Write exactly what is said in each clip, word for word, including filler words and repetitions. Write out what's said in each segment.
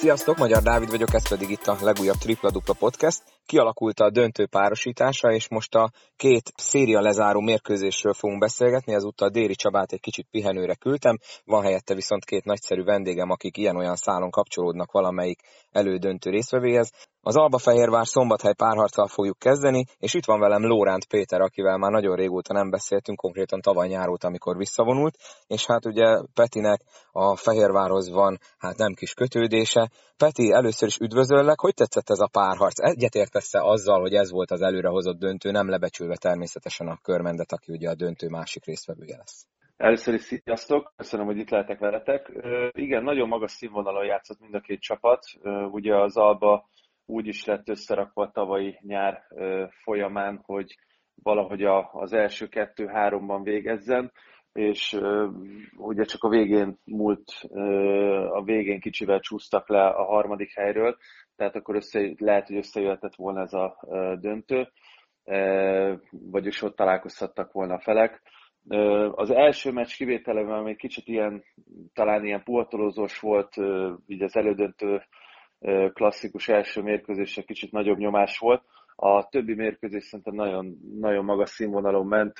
Sziasztok, Magyar Dávid vagyok, ez pedig itt a legújabb Tripla-dupla podcast. Kialakult a döntő párosítása, és most a két széria lezáró mérkőzésről fogunk beszélgetni. Ezúttal Déri Csabát egy kicsit pihenőre küldtem, van helyette viszont két nagyszerű vendégem, akik ilyen-olyan szálon kapcsolódnak valamelyik elődöntő résztvevőhez. Az Alba-Fehérvár Szombathely párharccal fogjuk kezdeni, és itt van velem Lóránt Péter, akivel már nagyon régóta nem beszéltünk, konkrétan tavaly nyár óta, amikor visszavonult, és hát ugye Petinek a Fehérvárhoz van hát nem kis kötődése. Peti, először is üdvözöllek, hogy tetszett ez a párharc? Egyetértesz-e azzal, hogy ez volt az előrehozott döntő, nem lebecsülve természetesen a Körmendet, aki ugye a döntő másik résztvevője lesz? Először is sziasztok, köszönöm, hogy itt lehetek veletek. Uh, igen, nagyon magas színvonalon játszott mind a két csapat. Uh, ugye az Alba úgy is lett összerakva a tavalyi nyár uh, folyamán, hogy valahogy a, az első kettő-háromban végezzen, és uh, ugye csak a végén múlt, uh, a végén kicsivel csúsztak le a harmadik helyről, tehát akkor össze, lehet, hogy összejöhetett volna ez a uh, döntő, uh, vagyis ott találkozhattak volna a felek. Az első meccs kivételemben még kicsit ilyen, talán ilyen puhatolózós volt, így az elődöntő klasszikus első mérkőzésre kicsit nagyobb nyomás volt. A többi mérkőzés szerintem nagyon, nagyon magas színvonalon ment,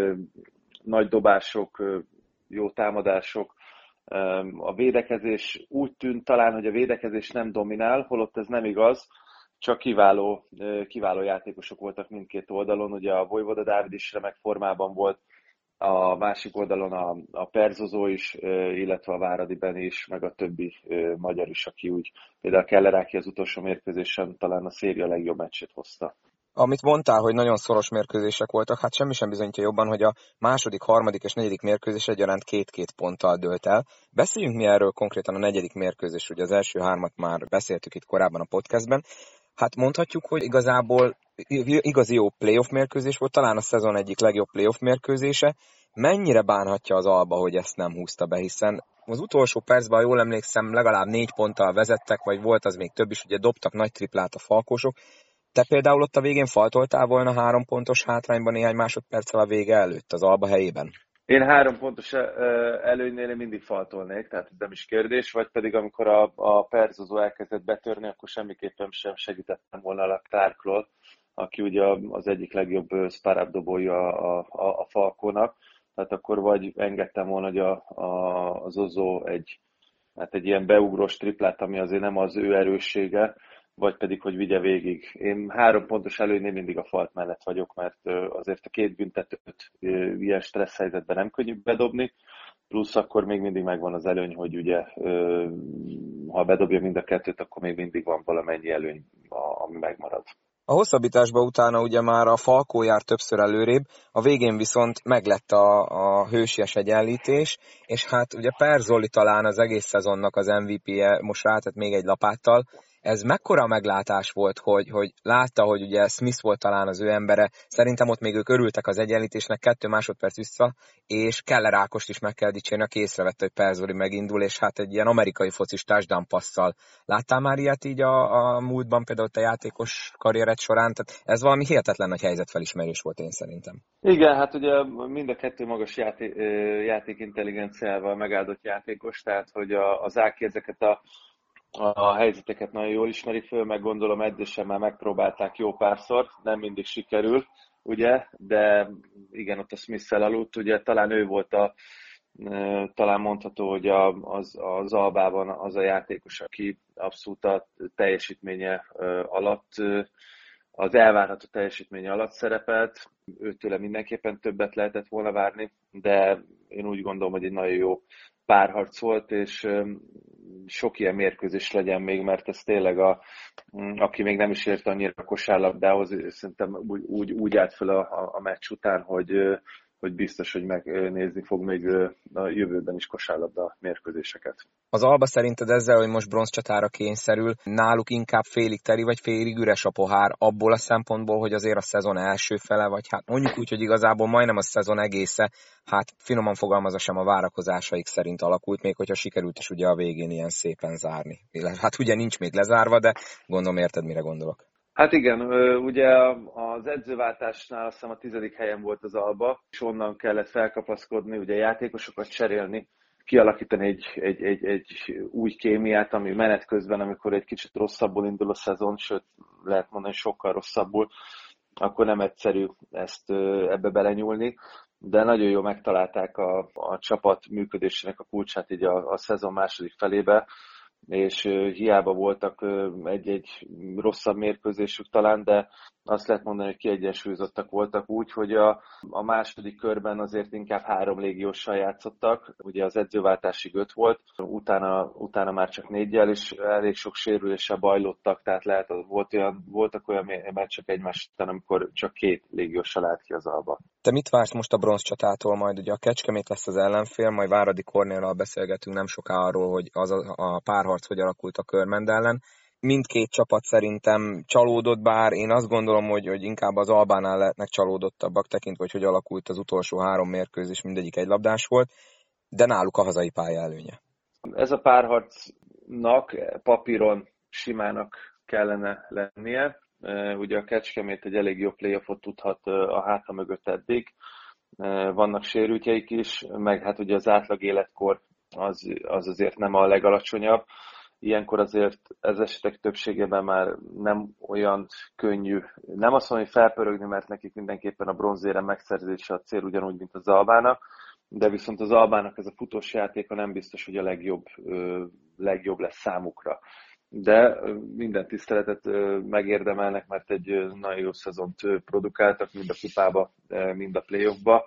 nagy dobások, jó támadások. A védekezés úgy tűnt talán, hogy a védekezés nem dominál, holott ez nem igaz, csak kiváló, kiváló játékosok voltak mindkét oldalon. Ugye a Vojvoda Dávid is remek formában volt, a másik oldalon a, a Perzozó is, illetve a Váradi Beni is, meg a többi magyar is, aki úgy, például Keller, aki az utolsó mérkőzésen talán a széria legjobb meccsét hozta. Amit mondtál, hogy nagyon szoros mérkőzések voltak, hát semmi sem bizonyítja jobban, hogy a második, harmadik és negyedik mérkőzés egyaránt két-két ponttal dőlt el. Beszéljünk mi erről konkrétan a negyedik mérkőzés, ugye az első hármat már beszéltük itt korábban a podcastben. Hát mondhatjuk, hogy igazából igazi jó playoff mérkőzés volt, talán a szezon egyik legjobb playoff mérkőzése. Mennyire bánhatja az Alba, hogy ezt nem húzta be, hiszen az utolsó percben, ha jól emlékszem, legalább négy ponttal vezettek, vagy volt az még több is, ugye dobtak nagy triplát a falkosok. Te például ott a végén faltoltál volna három pontos hátrányban néhány másodperccel a vége előtt az Alba helyében? Én három pontos előnynél mindig faltolnék, tehát ez nem is kérdés, vagy pedig amikor a, a Perzozó elkezdett betörni, akkor semmiképpen sem segítettem volna a Clarkról, aki ugye az egyik legjobb szpáráp dobója a, a, a Falkónak, tehát akkor vagy engedtem volna, hogy a, a, az Ozó egy, hát egy ilyen beugrós triplát, ami azért nem az ő erőssége, vagy pedig, hogy vigye végig. Én három pontos előnynél mindig a falt mellett vagyok, mert azért a két büntetőt ilyen stressz helyzetben nem könnyű bedobni, plusz akkor még mindig megvan az előny, hogy ugye ha bedobja mind a kettőt, akkor még mindig van valamennyi előny, ami megmarad. A hosszabbításba utána ugye már a Falkó jár többször előrébb, a végén viszont meglett a, a hősies egyenlítés, és hát ugye Perzoli talán az egész szezonnak az em vé pé-je, most rátett még egy lapáttal. Ez mekkora meglátás volt, hogy, hogy látta, hogy ugye Smith volt talán az ő embere, szerintem ott még ők örültek az egyenlítésnek, kettő másodperc vissza, és Keller Ákost is meg kell dicsérni, aki észrevette, hogy Perzoli megindul, és hát egy ilyen amerikai focis touchdown passzal. Láttál már ilyet így a, a múltban, például a játékos karriered során? Tehát ez valami hihetetlen nagy helyzetfelismerés volt én szerintem. Igen, hát ugye mind a kettő magas játék, játékintelligenciával megáldott játékos, tehát hogy a, az Áki ezeket a a helyzeteket nagyon jól ismeri föl, meg gondolom edzésen már megpróbálták jó párszor, nem mindig sikerül, ugye, de igen, ott a Smith-szel aludt, ugye talán ő volt a, talán mondható, hogy a, az, az Albában az a játékos, aki abszolút a teljesítménye alatt, az elvárható teljesítménye alatt szerepelt, őtőle mindenképpen többet lehetett volna várni, de én úgy gondolom, hogy egy nagyon jó párharc volt, és sok ilyen mérkőzés legyen még, mert ez tényleg, a, aki még nem is ért annyira a kosárlabdához, szerintem úgy, úgy, úgy állt fel a, a, a meccs után, hogy, hogy biztos, hogy megnézni fog még a jövőben is kosárlabda mérkőzéseket. Az Alba szerinted ezzel, hogy most bronzcsatára kényszerül, náluk inkább félig teli vagy félig üres a pohár, abból a szempontból, hogy azért a szezon első fele, vagy hát mondjuk úgy, hogy igazából majdnem a szezon egésze, hát finoman fogalmazva sem a várakozásaik szerint alakult, még hogyha sikerült is ugye a végén ilyen szépen zárni. Hát ugye nincs még lezárva, de gondolom érted, mire gondolok. Hát igen, ugye az edzőváltásnál azt hiszem a tizedik helyen volt az Alba, és onnan kellett felkapaszkodni, ugye játékosokat cserélni, kialakítani egy, egy, egy, egy új kémiát, ami menet közben, amikor egy kicsit rosszabbul indul a szezon, sőt lehet mondani sokkal rosszabbul, akkor nem egyszerű ezt ebbe belenyúlni, de nagyon jól megtalálták a, a csapat működésének a kulcsát így a, a szezon második felébe, és hiába voltak egy-egy rosszabb mérkőzésük talán, de azt lehet mondani, hogy kiegyensúlyozottak voltak úgy, hogy a, a második körben azért inkább három légióssal játszottak, ugye az edzőváltásig öt volt, utána, utána már csak négyel, és elég sok sérüléssel bajlódtak, tehát lehet, volt olyan, voltak olyan meccsek egymás után, amikor csak két légióssal állt ki az Alba. Te mit vársz most a bronzcsatától majd? Ugye a Kecskemét lesz az ellenfél, majd Váradi Kornéllal beszélgetünk nem soká arról, hogy az a, a párharc hogy alakult a Körmend ellen. Mindkét csapat szerintem csalódott, bár én azt gondolom, hogy, hogy inkább az Albánál lehetnek csalódottabbak, tekintve, hogy hogy alakult az utolsó három mérkőzés, mindegyik egy labdás volt, de náluk a hazai pálya előnye. Ez a párharcnak papíron simának kellene lennie. Ugye a Kecskemét egy elég jó playoffot tudhat a háta mögött eddig. Vannak sérültjeik is, meg hát ugye az átlag életkor az, az azért nem a legalacsonyabb. Ilyenkor azért ez esetek többségében már nem olyan könnyű. Nem azt mondom, hogy felpörögni, mert nekik mindenképpen a bronzérem megszerzése a cél ugyanúgy, mint az Albának, de viszont az Albának ez a futós játéka nem biztos, hogy a legjobb, legjobb lesz számukra. De minden tiszteletet megérdemelnek, mert egy nagyon jó szezont produkáltak, mind a kupába, mind a playoffba.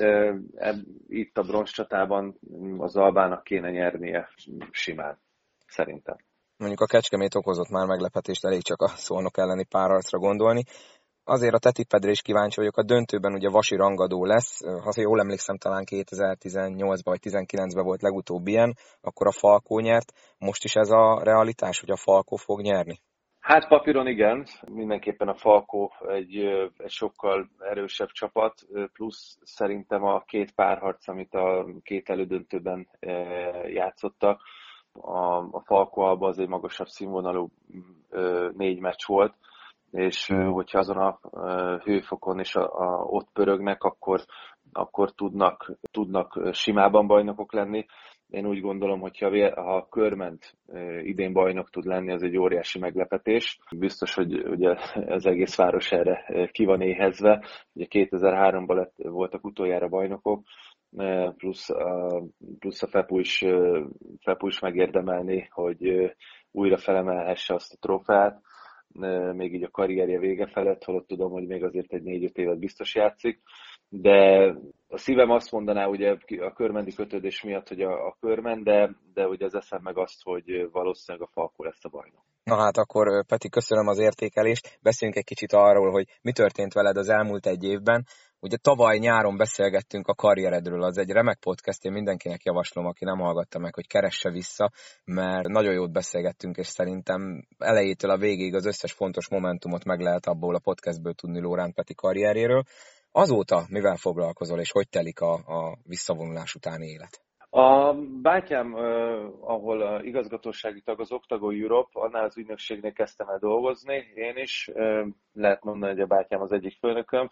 Itt a bronzcsatában az Albának kéne nyernie simán, szerintem. Mondjuk a Kecskemét okozott már meglepetést, elég csak a Szolnok elleni párharcra gondolni. Azért a te tippedre is kíváncsi vagyok, a döntőben ugye Vasi rangadó lesz, ha jól emlékszem, talán kétezer-tizennyolcban vagy tizenkilencben volt legutóbb ilyen, akkor a Falkó nyert. Most is ez a realitás, hogy a Falkó fog nyerni? Hát papíron igen, mindenképpen a Falkó egy, egy sokkal erősebb csapat, plusz szerintem a két párharc, amit a két elődöntőben játszottak, a, a Falkó Alba az egy magasabb színvonalú négy meccs volt, és hogyha azon a hőfokon is a, a, ott pörögnek, akkor, akkor tudnak, tudnak simában bajnokok lenni. Én úgy gondolom, hogyha ha a Körmend idén bajnok tud lenni, az egy óriási meglepetés. Biztos, hogy ugye az egész város erre ki van éhezve. Ugye kétezer-háromban lett, voltak utoljára bajnokok, plusz a, plusz a Fepu is, Fepu is megérdemelni, hogy újra felemelhesse azt a trófeát, még így a karrierje vége felett, holott tudom, hogy még azért egy négy-öt évet biztos játszik, de a szívem azt mondaná ugye a körmendi kötődés miatt, hogy a, a Körmend, de, de ugye az eszem meg azt, hogy valószínűleg a Falkó lesz a bajnok. Na hát akkor Peti, köszönöm az értékelést, beszéljünk egy kicsit arról, hogy mi történt veled az elmúlt egy évben. Ugye tavaly nyáron beszélgettünk a karrieredről, az egy remek podcast, én mindenkinek javaslom, aki nem hallgatta meg, hogy keresse vissza, mert nagyon jót beszélgettünk, és szerintem elejétől a végéig az összes fontos momentumot meg lehet abból a podcastből tudni Lóránt Peti karrierjéről. Azóta mivel foglalkozol, és hogy telik a, a visszavonulás utáni élet? A bátyám, ahol a igazgatósági tag az Octagon Europe, annál az ügynökségnél kezdtem el dolgozni, én is. Lehet mondani, hogy a bátyám az egyik főnököm,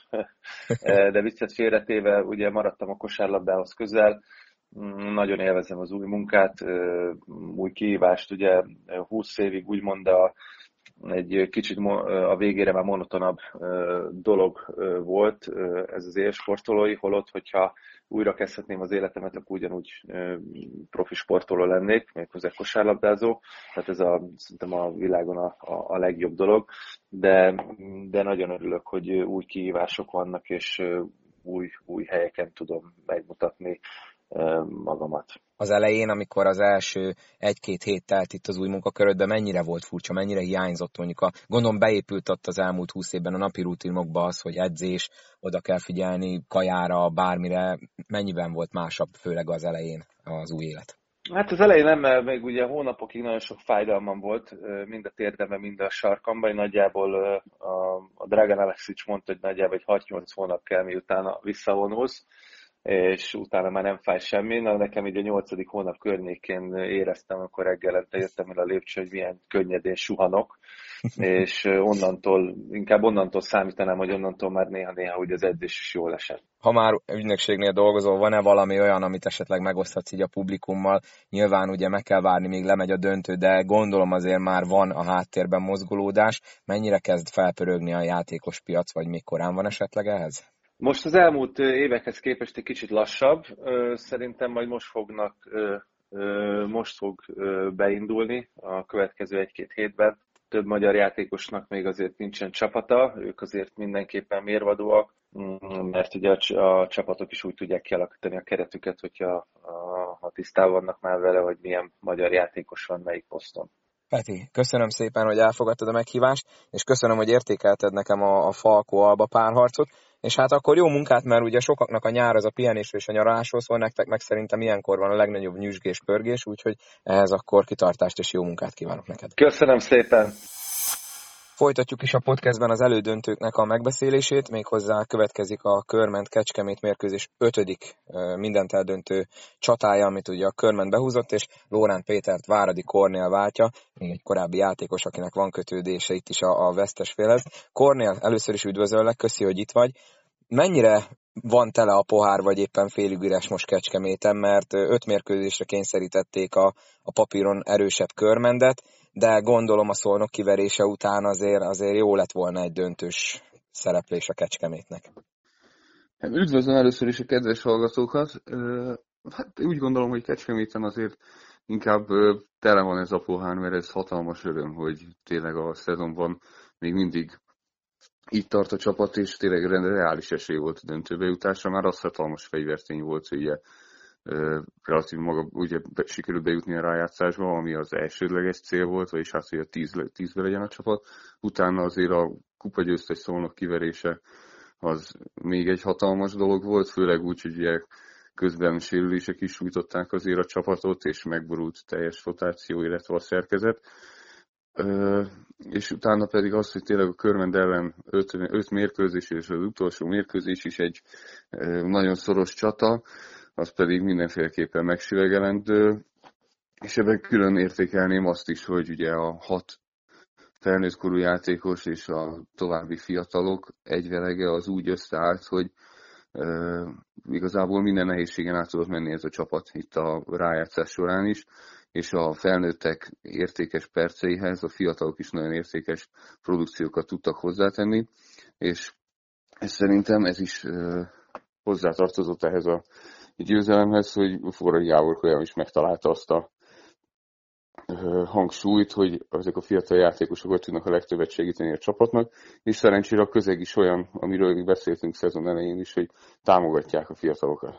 de viccet félretéve ugye maradtam a kosárlabdához közel. Nagyon élvezem az új munkát, új kihívást, ugye húsz évig úgymond a egy kicsit a végére már monotonabb dolog volt ez az élsportolói, holott, hogyha újra kezdhetném az életemet, akkor ugyanúgy profi sportoló lennék, méghozzá kosárlabdázó, tehát ez a, szerintem a világon a, a, a legjobb dolog, de, de nagyon örülök, hogy új kihívások vannak, és új, új helyeken tudom megmutatni magamat. Az elején, amikor az első egy-két hét telt itt az új munkakörödben, mennyire volt furcsa, mennyire hiányzott mondjuk a, gondolom beépült ott az elmúlt húsz évben a napi rutinokba az, hogy edzés, oda kell figyelni, kajára, bármire, mennyiben volt másabb, főleg az elején az új élet? Hát az elején nem, mert még ugye hónapokig nagyon sok fájdalmam volt, mind a térdemben, mind a sarkamban. Nagyjából a, a Dragan Alexics mondta, hogy nagyjából egy hat-nyolc hónap kell, miután visszavonulsz. és utána már nem fáj semmi. Na, nekem így a nyolcadik hónap környékén éreztem, amikor reggelente jöttem el a lépcső, hogy milyen könnyedén suhanok, és onnantól, inkább onnantól számítanám, hogy onnantól már néha-néha úgy az edzés is jól esett. Ha már ügynökségnél dolgozol, van-e valami olyan, amit esetleg megoszthatsz így a publikummal? Nyilván ugye meg kell várni, míg lemegy a döntő, de gondolom azért már van a háttérben mozgolódás. Mennyire kezd felpörögni a játékos piac, vagy még korán van esetleg ehhez? Most az elmúlt évekhez képest egy kicsit lassabb. Szerintem majd most fognak, most fog beindulni a következő egy-két hétben. Több magyar játékosnak még azért nincsen csapata, ők azért mindenképpen mérvadóak, mert ugye a csapatok is úgy tudják kialakítani a keretüket, hogyha ha tisztában vannak már vele, hogy milyen magyar játékos van melyik poszton. Peti, köszönöm szépen, hogy elfogadtad a meghívást, és köszönöm, hogy értékelted nekem a, a Falco-Alba párharcot, és hát akkor jó munkát, mert ugye sokaknak a nyár az a pihenésről és a nyaralásról szól, nektek meg szerintem ilyenkor van a legnagyobb nyüzsgés, pörgés, úgyhogy ehhez akkor kitartást és jó munkát kívánok neked. Köszönöm szépen! Folytatjuk is a podcastben az elődöntőknek a megbeszélését, méghozzá következik a Körment Kecskemét mérkőzés ötödik mindent eldöntő csatája, amit ugye a Körment behúzott, és Lóránt Pétert Váradi Kornél váltja, még egy korábbi játékos, akinek van kötődése itt is a, a vesztes félhez. Kornél, először is üdvözöllek, köszi, hogy itt vagy. Mennyire van tele a pohár, vagy éppen félig üres most Kecskeméten, mert öt mérkőzésre kényszerítették a, a papíron erősebb Körmendet, de gondolom a Szolnok kiverése után azért, azért jó lett volna egy döntős szereplés a Kecskemétnek. Üdvözlöm először is a kedves hallgatókat. Hát úgy gondolom, hogy Kecskeméten azért inkább tele van ez a pohár, mert ez hatalmas öröm, hogy tényleg a szezonban még mindig így tart a csapat, és tényleg reális esély volt a döntőbe jutásra. Már az hatalmas fegyvertény volt, hogy ugye relatív maga ugye sikerült bejutni a rájátszásba, ami az elsődleges cél volt, vagyis hát, hogy a tíz, tízbe legyen a csapat. Utána azért a kupagyőztes Szolnok kiverése az még egy hatalmas dolog volt, főleg úgy, hogy ugye közben sérülések is sújtották azért a csapatot, és megborult teljes rotáció, illetve a szerkezet. És utána pedig az, hogy tényleg a Körment ellen öt, öt mérkőzés, és az utolsó mérkőzés is egy nagyon szoros csata, az pedig mindenféleképpen megsüvegelendő, és ebben külön értékelném azt is, hogy ugye a hat felnőttkorú játékos és a további fiatalok egyvelege az úgy összeállt, hogy uh, igazából minden nehézségen át tudott menni ez a csapat itt a rájátszás során is, és a felnőttek értékes perceihez a fiatalok is nagyon értékes produkciókat tudtak hozzátenni, és ez szerintem ez is uh, hozzátartozott ehhez a győzelemhez, hogy Forrai Gábor Kolyám is megtalálta azt a hangsúlyt, hogy ezek a fiatal játékosok ott tudnak a legtöbbet segíteni a csapatnak, és szerencsére a közeg is olyan, amiről még beszéltünk szezon elején is, hogy támogatják a fiatalokat.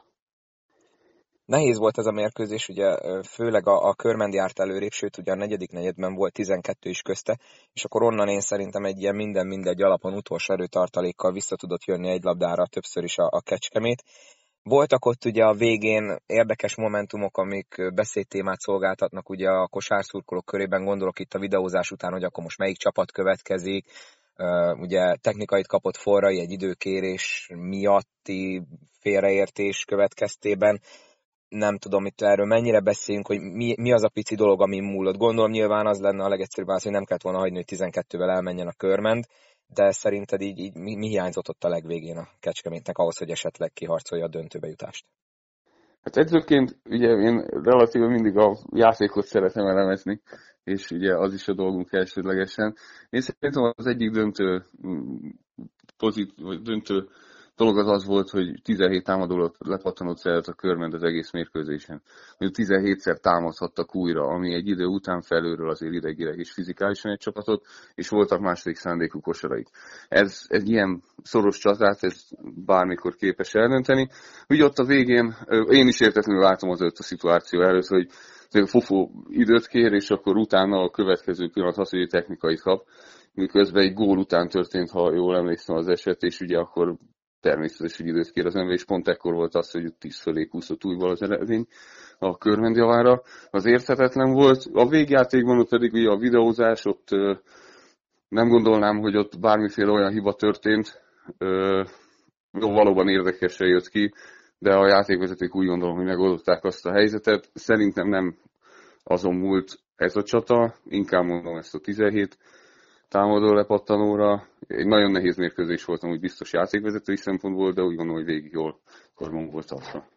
Nehéz volt ez a mérkőzés, ugye főleg a, a Körmend járt előrébb, sőt ugye a negyedik negyedben volt tizenkettő is közte, és akkor onnan én szerintem egy ilyen minden-mindegy alapon utolsó erőtartalékkal vissza tudott jönni egy labdára többször is a, a Kecskemét. Voltak ott ugye a végén érdekes momentumok, amik beszédtémát szolgáltatnak ugye a kosárszurkolók körében, gondolok itt a videózás után, hogy akkor most melyik csapat következik. Uh, ugye technikait kapott Forrai egy időkérés miatti félreértés következtében. Nem tudom itt erről mennyire beszélünk, hogy mi, mi az a pici dolog, ami múlott. Gondolom nyilván az lenne a legegyszerűbb az, hogy nem kellett volna hagyni, hogy tizenkettővel elmenjen a Körment, de szerinted így, így mi, mi hiányzott ott a legvégén a Kecskemétnek ahhoz, hogy esetleg kiharcolja a döntőbe jutást? Hát edzőként ugye én relatíve mindig a játékot szeretem elemezni, és ugye az is a dolgunk elsődlegesen. Én szerintem az egyik döntő, pozit, vagy döntő dolog az az volt, hogy tizenhét támadó lepattanót szeret a Körment az egész mérkőzésen. Hogy tizenhétszer támadhattak újra, ami egy idő után felülről azért idegileg és fizikálisan egy csapatot, és voltak második szándékú kosaraik. Ez egy ilyen szoros csatát, ez bármikor képes eldönteni. Úgy ott a végén, én is értetlenül látom az öt a szituáció előtt, hogy Fofó időt kér, és akkor utána a következő pillanat az, hogy technikait kap. Miközben egy gól után történt, ha jól emlékszem az eset, és ugye akkor természetesen időt kér az ember, és pont ekkor volt az, hogy tíz fölé kúszott újból az eredmény a Körment javára. Az érthetetlen volt. A végjátékban pedig ugye a videózás, ott nem gondolnám, hogy ott bármiféle olyan hiba történt. Valóban érdekesre jött ki. de a játékvezetők úgy gondolom, hogy megoldották azt a helyzetet. Szerintem nem azon múlt ez a csata, inkább mondom ezt a tizenhét támadó lepattanóra. Egy nagyon nehéz mérkőzés volt, amúgy biztos játékvezetői szempontból, de úgy gondolom, hogy végig jól korban volt tartva.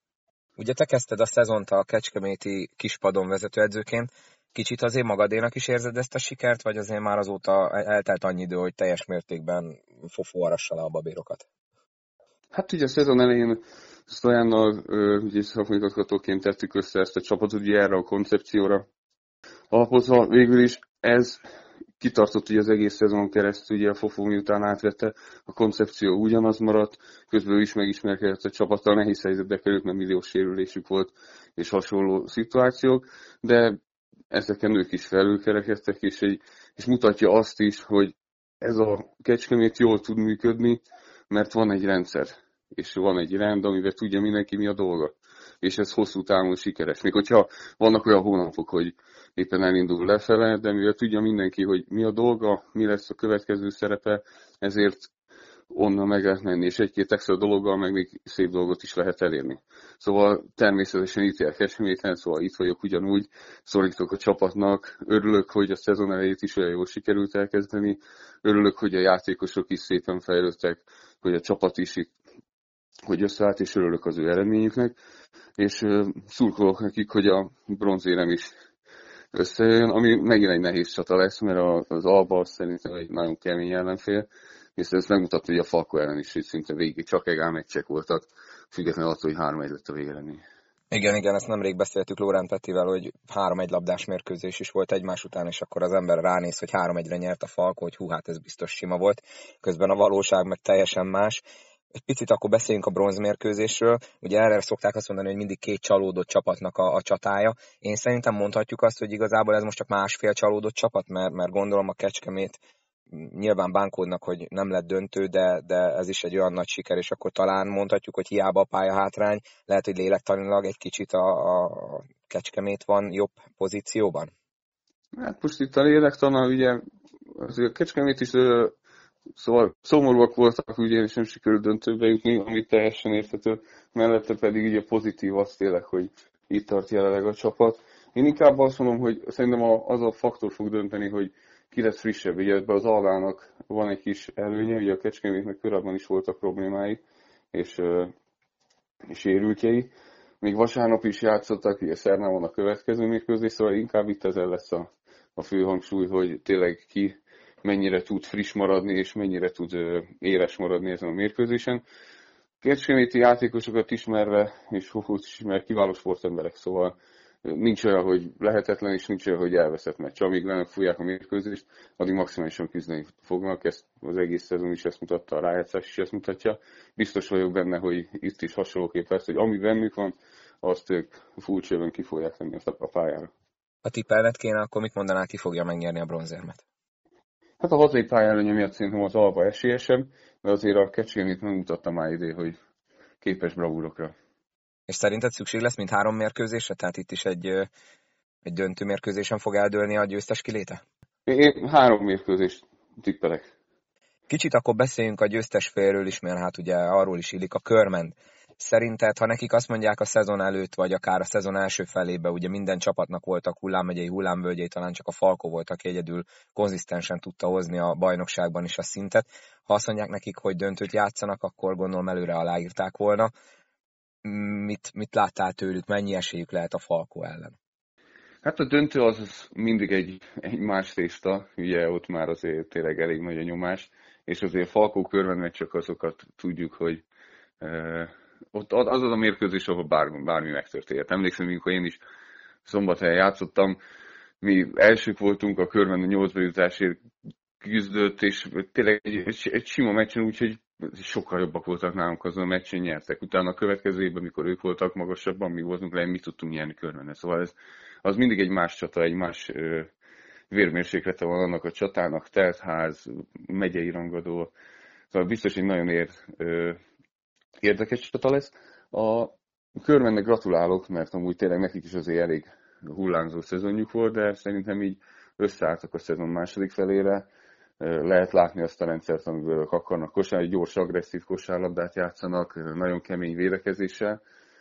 Ugye te kezdted a szezont a kecskeméti kispadon vezetőedzőként. Kicsit azért magadénak is érzed ezt a sikert, vagy azért már azóta eltelt annyi idő, hogy teljes mértékben fofó arassa le a babérokat? Hát ugye a szezon elején Sztojannal, ugye szakmaiigazgatóként tettük össze ezt a csapatot, ugye erre a koncepcióra alapozva. Végül is ez kitartott ugye az egész szezon keresztül, ugye a Fofó miután átvette, a koncepció ugyanaz maradt, közben is megismerkedett a csapattal, nehéz helyzetbe került, mert milliós sérülésük volt, és hasonló szituációk, de ezeken ők is felülkerekedtek, és, egy, és mutatja azt is, hogy ez a Kecskemét jól tud működni, mert van egy rendszer, és van egy rend, amivel tudja mindenki, mi a dolga. És ez hosszú távon sikeres. Még hogyha vannak olyan hónapok, hogy éppen elindul lefele, de mivel tudja mindenki, hogy mi a dolga, mi lesz a következő szerepe, ezért onnan meg lehet menni, és egy-két extra dologgal meg még szép dolgot is lehet elérni. Szóval természetesen itt jár Kecskeméten, szóval itt vagyok ugyanúgy, szorítok a csapatnak, örülök, hogy a szezon elejét is olyan jól sikerült elkezdeni, örülök, hogy a játékosok is szépen fejlődtek, hogy a csapat is itt, hogy összeállt, és örülök az ő eredményüknek, és uh, szurkolok nekik, hogy a bronzérem is összejön, ami megint egy nehéz csata lesz, mert az Alba szerintem egy nagyon kemény ellenfél, és ez megmutatta, hogy a Falko ellen is, hogy szinte végig csak egál meccsek voltak, függetlenül attól, hogy három egy lett a végeredmény. Igen, igen, ezt nemrég beszéltük Lórán Petivel, hogy három egy labdás mérkőzés is volt egymás után, és akkor az ember ránéz, hogy három egyre nyert a Falko, hogy hú, hát ez biztos sima volt. Közben a valóság meg teljesen más. Egy picit akkor beszéljünk a bronzmérkőzésről. Ugye erre szokták azt mondani, hogy mindig két csalódott csapatnak a, a csatája. Én szerintem mondhatjuk azt, hogy igazából ez most csak másfél csalódott csapat, mert, mert gondolom a Kecskemét nyilván bánkódnak, hogy nem lett döntő, de, de ez is egy olyan nagy siker, és akkor talán mondhatjuk, hogy hiába a pályahátrány, lehet, hogy lélektanilag egy kicsit a, a Kecskemét van jobb pozícióban? Hát most itt a lélektannal ugye azért a Kecskemét is szóval szomorúak voltak, ugye, és nem sikerült döntőbe jutni, ami teljesen érthető, mellette pedig ugye pozitív az tényleg, hogy itt tart jelenleg a csapat. Én inkább azt mondom, hogy szerintem az a faktor fog dönteni, hogy ki lesz frissebb. Ugye ebben az Alvának van egy kis előnye, ugye a Kecskemétnek korábban is voltak problémái, és, és érültjei. Még vasárnap is játszottak, ugye szerdán van a következő mérkőzés, szóval inkább itt ezen lesz a, a fő hangsúly, hogy tényleg ki mennyire tud friss maradni, és mennyire tud éles maradni ezen a mérkőzésen. Kecskeméti játékosokat ismerve, és Fofót is ismer, kiváló sportemberek, szóval nincs olyan, hogy lehetetlen, és nincs olyan, hogy elveszett meccs. Amíg lennek fújják a mérkőzést, addig maximálisan küzdeni fognak, ezt az egész szezon is ezt mutatta, a rájátszás is ezt mutatja. Biztos vagyok benne, hogy itt is hasonlóképp lesz, hogy ami bennük van, azt ők furcsában ki fogják tenni a pályára. Ha tippelned kéne, akkor mit mondanál, ki fogja megnyerni a bronzérmet? Hát a hazai pályára miatt szerintem az Alba esélyesebb, de azért a Kecskemét megmutatta már idén, hogy képes bravúrokra. És szerinted szükség lesz mind három mérkőzésre? Tehát itt is egy, egy döntő mérkőzésen fog eldőlni a győztes kiléte? Én három mérkőzést tippelek. Kicsit akkor beszéljünk a győztes félről is, mert hát ugye arról is illik a Körmend. Szerinted, ha nekik azt mondják a szezon előtt, vagy akár a szezon első felébe, ugye minden csapatnak voltak hullámmegyei, hullámvölgyei, talán csak a Falko volt, aki egyedül konzisztensen tudta hozni a bajnokságban is a szintet. Ha azt mondják nekik, hogy döntőt játszanak, akkor gondolom előre aláírták volna. Mit, mit láttál tőlük, mennyi esélyük lehet a Falko ellen? Hát a döntő az mindig egy, egy más tészta, ugye ott már azért tényleg elég nagy a nyomás, és azért Falkó Körmend meg csak azokat tudjuk, hogy eh, ott az az a mérkőzés, ahol bármi, bármi megtörténhet. Emlékszem, amikor én is Szombathelyen játszottam, mi elsők voltunk, a Körmend a nyolcba jutásért küzdött, és tényleg egy, egy, egy sima meccsen, úgyhogy sokkal jobbak voltak nálunk azon a meccsen, nyertek. Utána a következő évben, amikor ők voltak magasabban, mi voltunk le, mi tudtunk nyerni Körmendet. Szóval ez, az mindig egy más csata, egy más ö, vérmérséklete van annak a csatának, teltház, megyei rangadó. Szóval biztos egy nagyon ér, ö, érdekes csata lesz. A Körmendnek gratulálok, mert amúgy tényleg nekik is azért elég hullámzó szezonjuk volt, de szerintem így összeálltak a szezon második felére. lehet látni azt a rendszert, amiből ők akarnak kosárlabdát, gyors, agresszív kosárlabdát játszanak, nagyon kemény védekezéssel,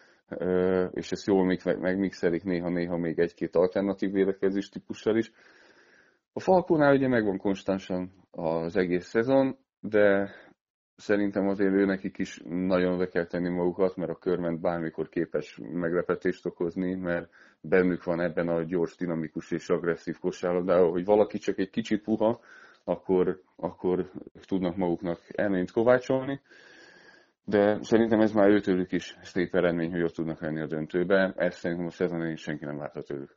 és ezt jól megmixelik néha-néha még egy-két alternatív védekezés típussal is. A Falkónál ugye megvan konstansan az egész szezon, de szerintem azért ő nekik is nagyon oda kell tenni magukat, mert a Körment bármikor képes meglepetést okozni, mert bennük van ebben a gyors, dinamikus és agresszív kosárlabdában, hogy valaki csak egy kicsit puha, akkor, akkor tudnak maguknak elményt kovácsolni. De szerintem ez már őtőlük is szép eredmény, hogy ott tudnak lenni a döntőbe. Ezt szerintem a szezonon is senki nem várta tőlük.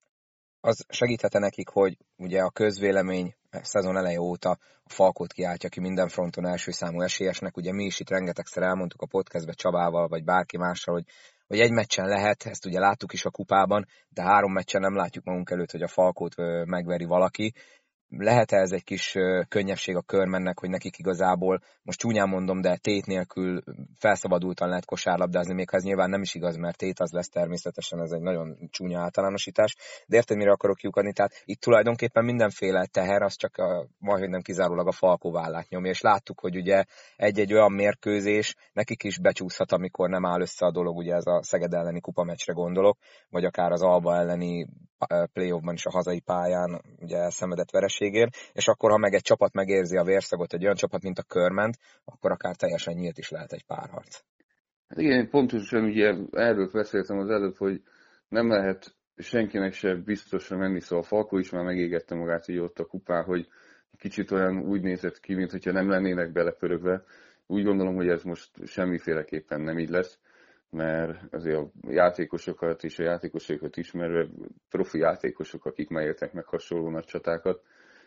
Az segíthet nekik, hogy ugye a közvélemény a szezon eleje óta a Falkót kiáltja ki minden fronton első számú esélyesnek. Ugye mi is itt rengetegszer elmondtuk a podcastbe Csabával, vagy bárki mással, hogy, hogy egy meccsen lehet, ezt ugye láttuk is a kupában, de három meccsen nem látjuk magunk előtt, hogy a Falkót megveri valaki. Lehet-e ez egy kis könnyebbség a Körmennek, hogy nekik igazából, most csúnyán mondom, de tét nélkül felszabadultan lehet kosárlabdázni, még ha ez nyilván nem is igaz, mert tét az lesz természetesen, ez egy nagyon csúnya általánosítás, de érted, mire akarok kiukadni, tehát itt tulajdonképpen mindenféle teher, az csak a, majdnem nem kizárólag a Falkó vállát nyomja, és láttuk, hogy ugye egy-egy olyan mérkőzés nekik is becsúszhat, amikor nem áll össze a dolog, ugye ez a Szeged elleni kupameccsre gondolok, vagy akár az Alba elleni playoffban is a hazai pályán ugye elszenvedett vereségért, és akkor, ha meg egy csapat megérzi a vérszagot, egy olyan csapat, mint a Körment, akkor akár teljesen nyílt is lehet egy párharc. Hát igen, pontosan ugye erről beszéltem az előbb, hogy nem lehet senkinek se biztosra menni, szóval a Falkó is már megégette magát így ott a kupán, hogy kicsit olyan úgy nézett ki, mint hogyha nem lennének belepörögve. Úgy gondolom, hogy ez most semmiféleképpen nem így lesz, mert azért a játékosokat és a játékosokat ismerve profi játékosok, akik már éltek meg hasonló nagy csatákat,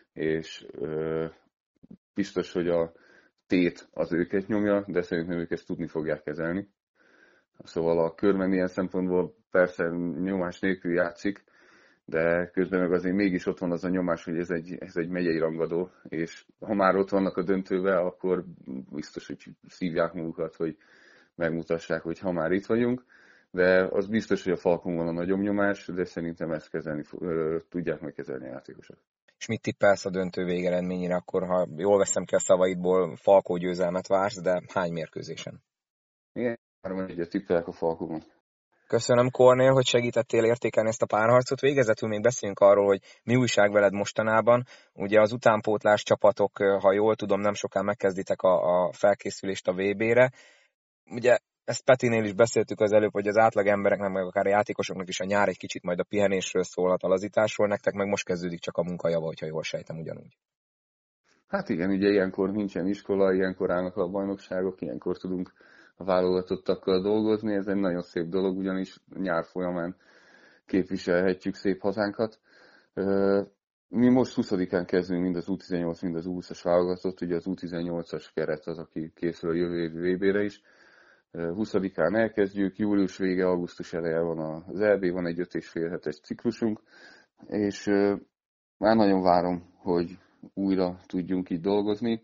és ö, biztos, hogy a tét az őket nyomja, de szerintem ők ezt tudni fogják kezelni. Szóval a Körmen ilyen szempontból persze nyomás nélkül játszik, de közben meg azért mégis ott van az a nyomás, hogy ez egy, ez egy megyei rangadó, és ha már ott vannak a döntőbe, akkor biztos, hogy szívják magukat, hogy megmutassák, hogy ha már itt vagyunk, de az biztos, hogy a Falkon van a nagyobb nyomás, de szerintem ezt kezelni, tudják megkezelni a játékosok. És mit tippelsz a döntő végeredményére, akkor ha jól veszem ki a szavaidból, Falkó győzelmet vársz, de hány mérkőzésen? Igen, három egyet tippelek a Falkóban. Köszönöm, Kornél, hogy segítettél értékelni ezt a párharcot. Végezetül még beszéljünk arról, hogy mi újság veled mostanában. Ugye az utánpótlás csapatok, ha jól tudom, nem soká megkezditek a, a felkészülést a vé bére. Ugye ezt Petinél is beszéltük az előbb, hogy az átlag embereknek, meg akár a játékosoknak is a nyár egy kicsit majd a pihenésről szólhat, a lazításról, nektek meg most kezdődik csak a munkajava, hogyha jól sejtem ugyanúgy. Hát igen, ugye ilyenkor nincsen iskola, ilyenkor állnak a bajnokságok, ilyenkor tudunk a válogatottakkal dolgozni, ez egy nagyon szép dolog, ugyanis nyár folyamán képviselhetjük szép hazánkat. Mi most huszadikán kezdünk mind az U tizennyolc, mind az U húszas válogatott, ugye az U tizennyolcas keret az, aki készül a jövő évi vé bére is. huszadikán elkezdjük, július vége, augusztus eleje van az é bé, van egy öt és fél hetes ciklusunk, és már nagyon várom, hogy újra tudjunk itt dolgozni.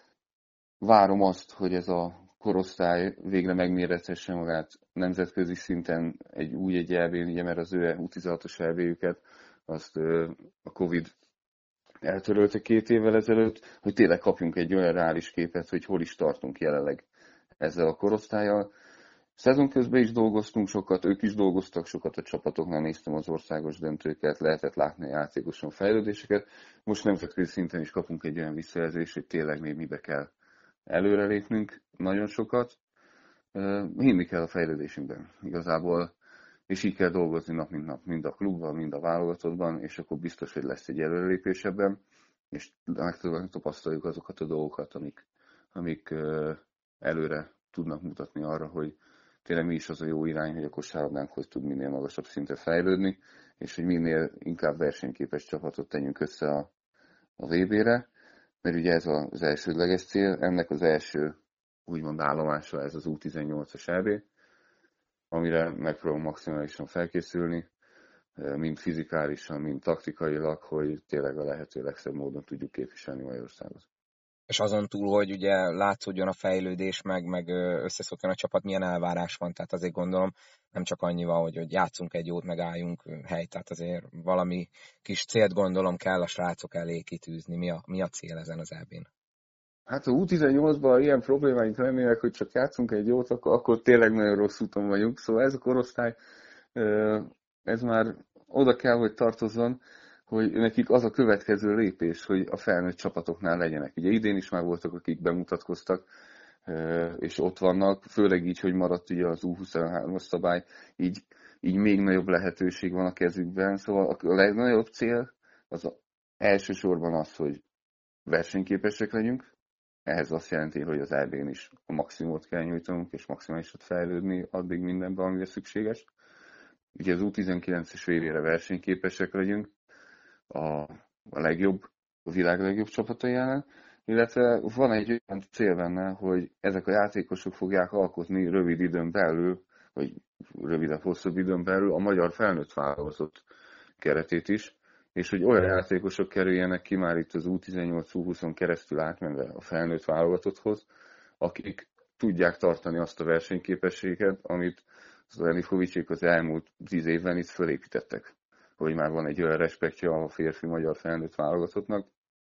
Várom azt, hogy ez a korosztály végre megmérethesse magát nemzetközi szinten egy új egy é bén, ugye, mert az ő U tizenhatos é béjüket azt a Covid eltörölte két évvel ezelőtt, hogy tényleg kapjunk egy olyan reális képet, hogy hol is tartunk jelenleg ezzel a korosztállyal. Szezon közben is dolgoztunk sokat, ők is dolgoztak sokat, a csapatoknál néztem az országos döntőket, lehetett látni a játékoson fejlődéseket. Most nemzetközi szinten is kapunk egy olyan visszajelzést, hogy tényleg még mibe kell előrelépnünk nagyon sokat. Hinni kell a fejlődésünkben igazából, és így kell dolgozni nap mint nap, mind a klubban, mind a válogatottban, és akkor biztos, hogy lesz egy előrelépés ebben, és megtapasztaljuk azokat a dolgokat, amik, amik előre tudnak mutatni arra, hogy tényleg mi is az a jó irány, hogy a kosárlabdánkhoz tud minél magasabb szintre fejlődni, és hogy minél inkább versenyképes csapatot tegyünk össze a, a vé bére, mert ugye ez az elsődleges cél, ennek az első úgymond állomása ez az U tizennyolcas é bé, amire megpróbálom maximálisan felkészülni, mind fizikálisan, mind taktikailag, hogy tényleg a lehető legszebb módon tudjuk képviselni Magyarországot. És azon túl, hogy ugye látszódjon a fejlődés, meg, meg összeszokjon a csapat, milyen elvárás van, tehát azért gondolom, nem csak annyival, hogy, hogy játszunk egy jót, megálljunk hely, tehát azért valami kis célt gondolom kell a srácok elé kitűzni. Mi a, mi a cél ezen az é bén? Hát a U tizennyolcban ilyen problémáink lennének, hogy csak játszunk egy jót, akkor, akkor tényleg nagyon rossz úton vagyunk. Szóval ez a korosztály, ez már oda kell, hogy tartozzon, hogy nekik az a következő lépés, hogy a felnőtt csapatoknál legyenek. Ugye idén is már voltak, akik bemutatkoztak, és ott vannak, főleg így, hogy maradt ugye az U huszonhármas szabály, így, így még nagyobb lehetőség van a kezükben. Szóval a legnagyobb cél az elsősorban az, hogy versenyképesek legyünk. Ehhez azt jelenti, hogy az é bén is a maximumot kell nyújtanunk, és maximálisat fejlődni addig mindenben, amire szükséges. Ugye az U tizenkilences évére versenyképesek legyünk, a, a legjobb, a világ legjobb csapatai ellen, illetve van egy olyan cél benne, hogy ezek a játékosok fogják alkotni rövid időn belül, vagy rövidebb, hosszabb időn belül a magyar felnőtt válogatott keretét is, és hogy olyan játékosok kerüljenek ki már itt az U tizennyolc U húszon keresztül átmenve a felnőtt válogatotthoz, akik tudják tartani azt a versenyképességet, amit az Elifovicsik az elmúlt tíz évben itt fölépítettek. Hogy már van egy olyan respektje a férfi magyar felnőtt válogatottnak,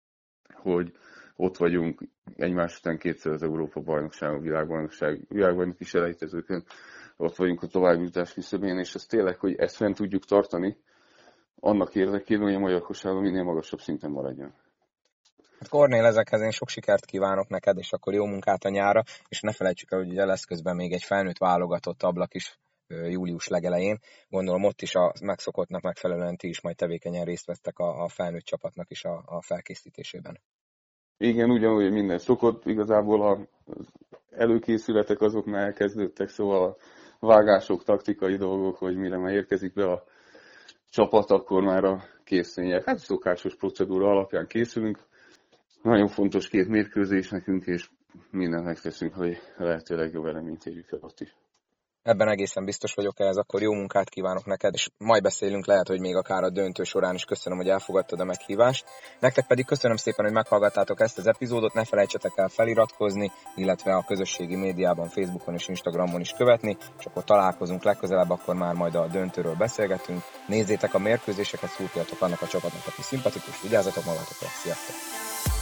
hogy ott vagyunk egymás után kétszer az Európa-bajnokság, a világbajnokság, világbajnoki selejtezőkön, ott vagyunk a továbbjutás küszöbén, és ez tényleg, hogy ezt fent tudjuk tartani, annak érdekében, hogy a magyar kosárlabda minél magasabb szinten maradjon. Hát Kornél, ezekhez én sok sikert kívánok neked, és akkor jó munkát a nyárra, és ne felejtsük el, hogy ugye lesz közben még egy felnőtt válogatott ablak is július legelején. Gondolom ott is a megszokottnak megfelelően ti is majd tevékenyen részt vettek a, a felnőtt csapatnak is a, a felkészítésében. Igen, ugyanúgy minden szokott, igazából az előkészületek azok már elkezdődtek, szóval a vágások, taktikai dolgok, hogy mire már érkezik be a csapat, akkor már a készülények, hát szokásos procedúra alapján készülünk. Nagyon fontos két mérkőzés nekünk, és mindent megteszünk, hogy lehető legjobb eredményt érjük el ott is. Ebben egészen biztos vagyok, ehhez akkor jó munkát kívánok neked, és majd beszélünk, lehet, hogy még akár a döntő során is. Köszönöm, hogy elfogadtad a meghívást. Nektek pedig köszönöm szépen, hogy meghallgattátok ezt az epizódot, ne felejtsetek el feliratkozni, illetve a közösségi médiában, Facebookon és Instagramon is követni, és akkor találkozunk legközelebb, akkor már majd a döntőről beszélgetünk. Nézzétek a mérkőzéseket, szurkoljatok annak a csapatnak, aki szimpatikus, vigyázzatok magatokra, sziasztok!